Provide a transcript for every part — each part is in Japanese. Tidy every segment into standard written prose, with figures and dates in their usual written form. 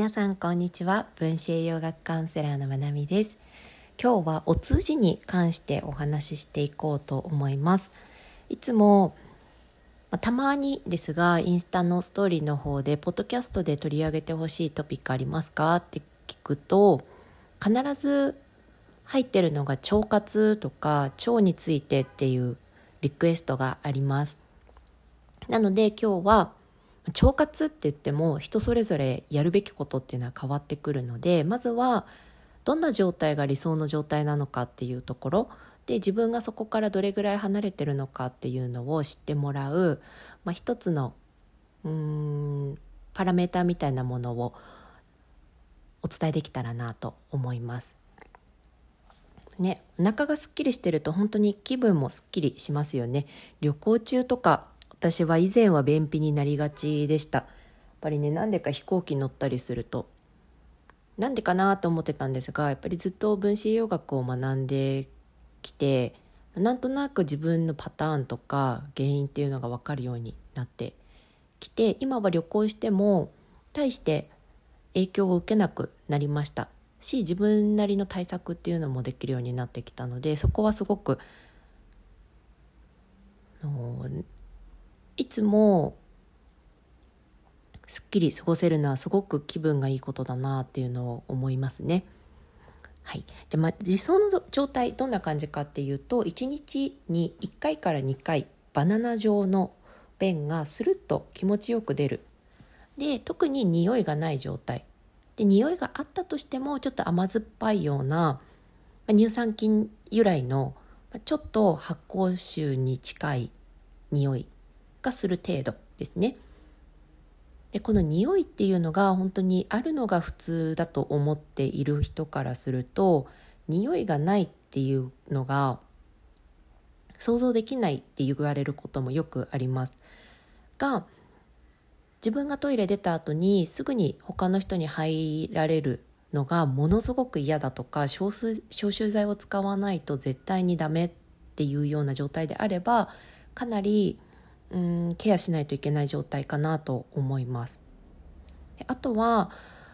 皆さんこんにちは。分子栄養学カウンセラーのまなみです。今日はお通じに関してお話ししていこうと思います。いつもたまにですがインスタのストーリーの方でポッドキャストで取り上げてほしいトピックありますかって聞くと、必ず入ってるのが腸活とか腸についてっていうリクエストがあります。なので今日は腸活って言っても人それぞれやるべきことっていうのは変わってくるので、まずはどんな状態が理想の状態なのかっていうところで、自分がそこからどれぐらい離れてるのかっていうのを知ってもらう、一つのパラメーターみたいなものをお伝えできたらなと思いますね。お腹がすっきりしてると本当に気分もすっきりしますよね。旅行中とか私は以前は便秘になりがちでした。やっぱりね、なんでか飛行機乗ったりするとなんでかなと思ってたんですが、やっぱりずっと分子栄養学を学んできて、なんとなく自分のパターンとか原因っていうのが分かるようになってきて、今は旅行しても大して影響を受けなくなりましたし、自分なりの対策っていうのもできるようになってきたので、そこはすごくいつもすっきり過ごせるのはすごく気分がいいことだなっていうのを思いますね。はい、じゃあ理想の状態どんな感じかっていうと、1日に1回から2回バナナ状の便がスルッと気持ちよく出る。で、特に匂いがない状態で、匂いがあったとしてもちょっと甘酸っぱいような乳酸菌由来のちょっと発酵臭に近い匂いがする程度ですね。で、この匂いっていうのが本当にあるのが普通だと思っている人からすると、匂いがないっていうのが想像できないって言われることもよくありますが、自分がトイレ出た後にすぐに他の人に入られるのがものすごく嫌だとか、消臭剤を使わないと絶対にダメっていうような状態であれば、かなりケアしないといけない状態かなと思います。で、あとは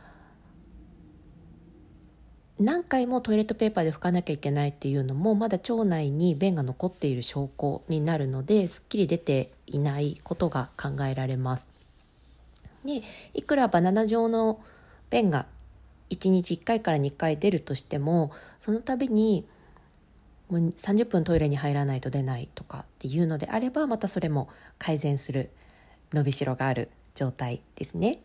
何回もトイレットペーパーで拭かなきゃいけないっていうのも、まだ腸内に便が残っている証拠になるので、すっきり出ていないことが考えられます。で、いくらバナナ状の便が1日1回から2回出るとしても、その度にもう30分トイレに入らないと出ないとかっていうのであれば、またそれも改善する伸びしろがある状態ですね。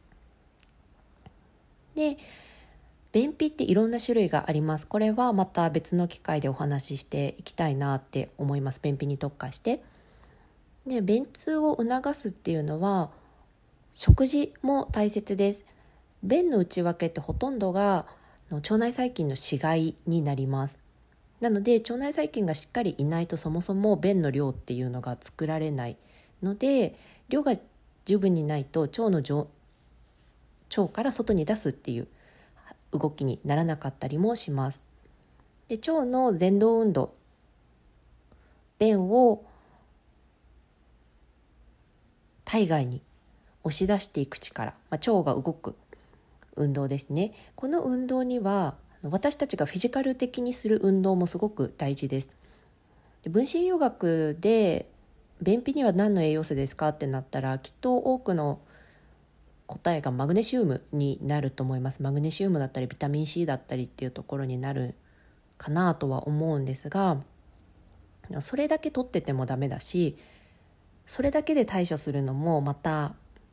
で、便秘っていろんな種類があります。これはまた別の機会でお話ししていきたいなって思います。便秘に特化して。で、便通を促すっていうのは食事も大切です。便の内訳ってほとんどが腸内細菌の死骸になります。なので腸内細菌がしっかりいないと、そもそも便の量っていうのが作られないので、量が十分にないと腸から外に出すっていう動きにならなかったりもします。で、腸の蠕動運動、便を体外に押し出していく力、腸が動く運動ですね。この運動には私たちがフィジカル的にする運動もすごく大事です。分子栄養学で便秘には何の栄養素ですかってなったら、きっと多くの答えがマグネシウムになると思います。マグネシウムだったりビタミン C だったりっていうところになるかなとは思うんですが、それだけ取っててもダメだし、それだけで対処するのもまた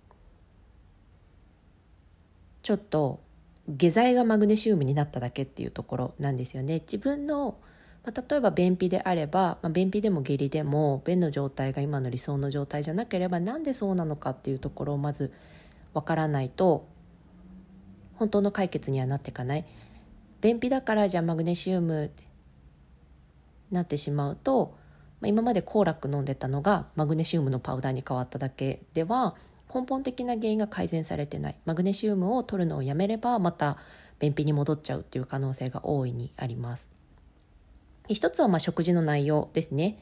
ちょっと下剤がマグネシウムになっただけっていうところなんですよね。自分の、例えば便秘であれば、便秘でも下痢でも便の状態が今の理想の状態じゃなければ、なんでそうなのかっていうところをまずわからないと本当の解決にはなっていかない。便秘だからじゃあマグネシウムってなってしまうと、今までコーラック飲んでたのがマグネシウムのパウダーに変わっただけでは根本的な原因が改善されてない。マグネシウムを取るのをやめればまた便秘に戻っちゃうっていう可能性が大いにあります。で、一つは食事の内容ですね。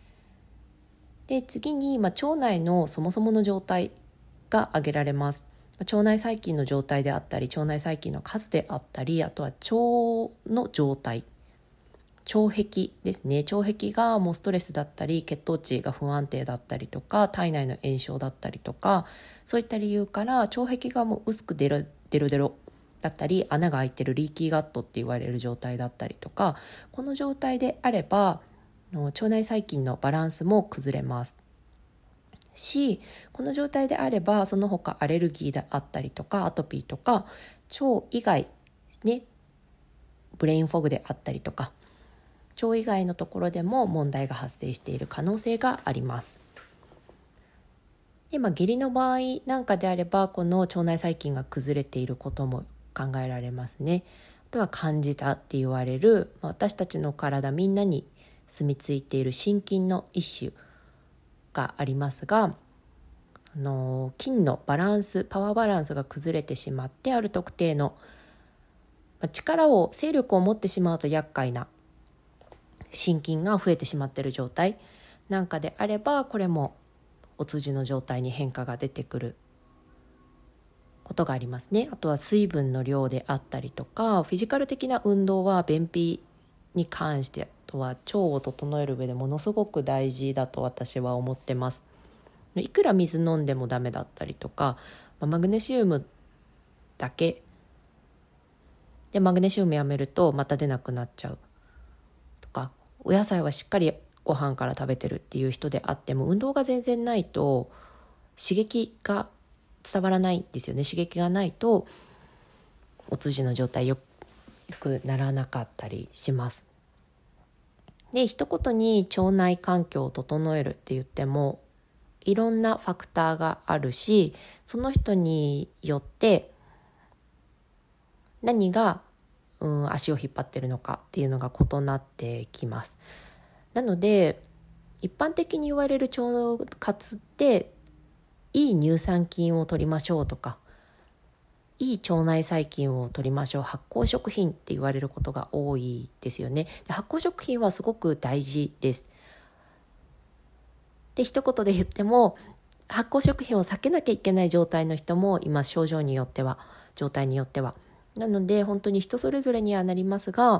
で、次に腸内のそもそもの状態が挙げられます。 腸内細菌の状態であったり、腸内細菌の数であったり、あとは腸の状態、腸壁ですね。腸壁がもうストレスだったり、血糖値が不安定だったりとか、体内の炎症だったりとか、そういった理由から腸壁がもう薄くデロデロだったり、穴が開いてるリーキーガットって言われる状態だったりとか、この状態であれば腸内細菌のバランスも崩れますし、この状態であればその他アレルギーであったりとか、アトピーとか、腸以外ね、ブレインフォグであったりとか、腸以外のところでも問題が発生している可能性があります。で、下痢の場合なんかであれば、この腸内細菌が崩れていることも考えられますね。あとはカンジダって言われる、私たちの体みんなに住み着いている心筋の一種がありますが、筋のバランス、パワーバランスが崩れてしまって、ある特定の勢力を持ってしまうと厄介な心筋が増えてしまっている状態なんかであれば、これもお通じの状態に変化が出てくることがありますね。あとは水分の量であったりとか、フィジカル的な運動は便秘に関して、あとは腸を整える上でものすごく大事だと私は思ってます。いくら水飲んでもダメだったりとか、マグネシウムだけでマグネシウムやめるとまた出なくなっちゃうとか、お野菜はしっかりご飯から食べてるっていう人であっても、運動が全然ないと刺激が伝わらないんですよね。刺激がないとお通じの状態よくならなかったりします。で、一言に腸内環境を整えるって言ってもいろんなファクターがあるし、その人によって何が、足を引っ張ってるのかっていうのが異なってきます。なので一般的に言われる腸活って、いい乳酸菌を取りましょうとか、いい腸内細菌を取りましょう、発酵食品って言われることが多いですよね。で、発酵食品はすごく大事です。で、一言で言っても発酵食品を避けなきゃいけない状態の人もいます。症状によっては、状態によっては。なので本当に人それぞれにはなりますが、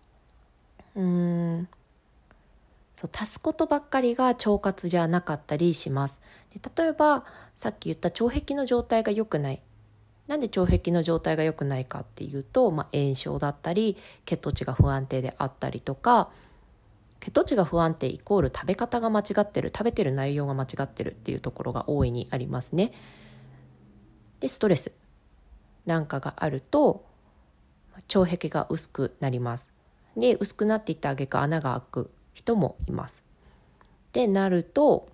足すことばっかりが腸活じゃなかったりします。で、例えばさっき言った腸壁の状態が良くない。なんで腸壁の状態が良くないかっていうと、炎症だったり血糖値が不安定であったりとか、血糖値が不安定イコール食べ方が間違ってる、食べてる内容が間違ってるっていうところが大いにありますね。で、ストレスなんかがあると腸壁が薄くなります。で、薄くなっていった挙句穴が開く人もいます。で、なると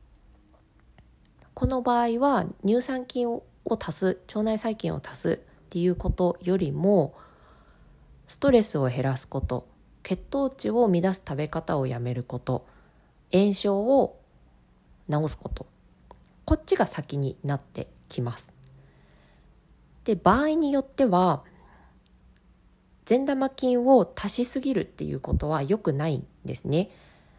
この場合は乳酸菌を足す、腸内細菌を足すっていうことよりも、ストレスを減らすこと、血糖値を乱す食べ方をやめること、炎症を治すこと、こっちが先になってきます。で、場合によっては善玉菌を足しすぎるっていうことは良くないんですね。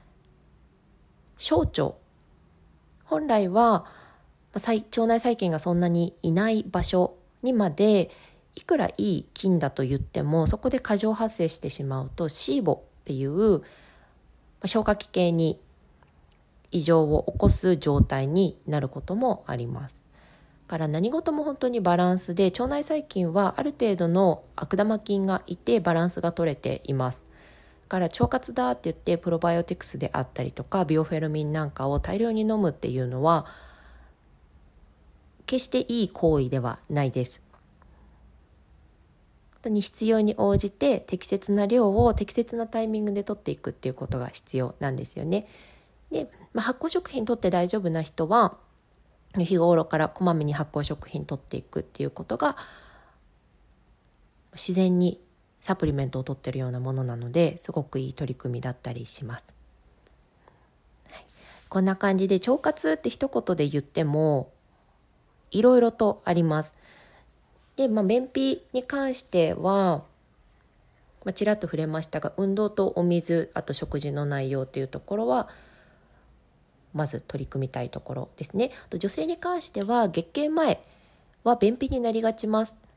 小腸、本来は腸内細菌がそんなにいない場所にまでいくらいい菌だと言っても、そこで過剰発生してしまうとシーボっていう消化器系に異常を起こす状態になることもあります。だから何事も本当にバランスで、腸内細菌はある程度の悪玉菌がいてバランスが取れています。だから腸活だって言ってプロバイオティクスであったりとかビオフェルミンなんかを大量に飲むっていうのは決していい行為ではないです。本当に必要に応じて適切な量を適切なタイミングで取っていくっていうことが必要なんですよね。で、発酵食品取って大丈夫な人は日頃からこまめに発酵食品取っていくっていうことが自然にサプリメントを取ってるようなものなので、すごくいい取り組みだったりします。はい、こんな感じで腸活って一言で言ってもいろいろとあります。で、便秘に関しては、ちらっと触れましたが、運動とお水、あと食事の内容っていうところはまず取り組みたいところですね。あと女性に関しては月経前は便秘になりがち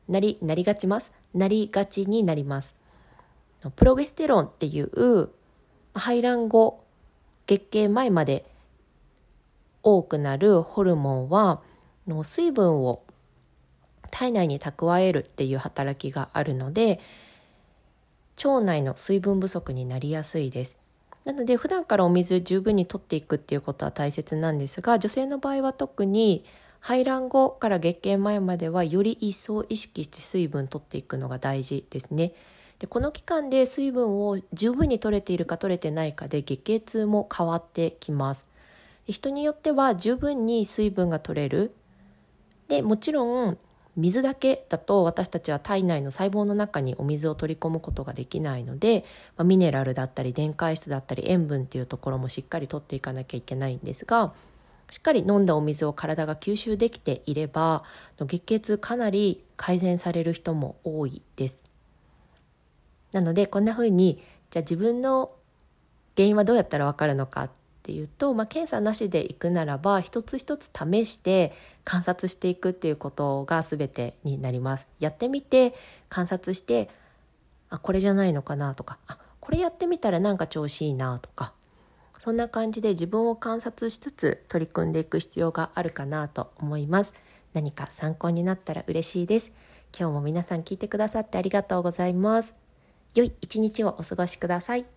になります。プロゲステロンっていう排卵後月経前まで多くなるホルモンは水分を体内に蓄えるっていう働きがあるので、腸内の水分不足になりやすいです。なので普段からお水十分に取っていくっていうことは大切なんですが、女性の場合は特に排卵後から月経前まではより一層意識して水分取っていくのが大事ですね。でこの期間で水分を十分に取れているか取れてないかで月経痛も変わってきます。で人によっては十分に水分が取れる。でもちろん水だけだと私たちは体内の細胞の中にお水を取り込むことができないので、ミネラルだったり電解質だったり塩分っていうところもしっかり取っていかなきゃいけないんですが、しっかり飲んだお水を体が吸収できていれば月経痛かなり改善される人も多いです。なのでこんな風にじゃあ自分の原因はどうやったら分かるのかっていうと、検査なしでいくならば一つ一つ試して観察していくっていうことが全てになります。やってみて観察して、これじゃないのかなとか、これやってみたらなんか調子いいなとか、そんな感じで自分を観察しつつ取り組んでいく必要があるかなと思います。何か参考になったら嬉しいです。今日も皆さん聞いてくださってありがとうございます。良い一日をお過ごしください。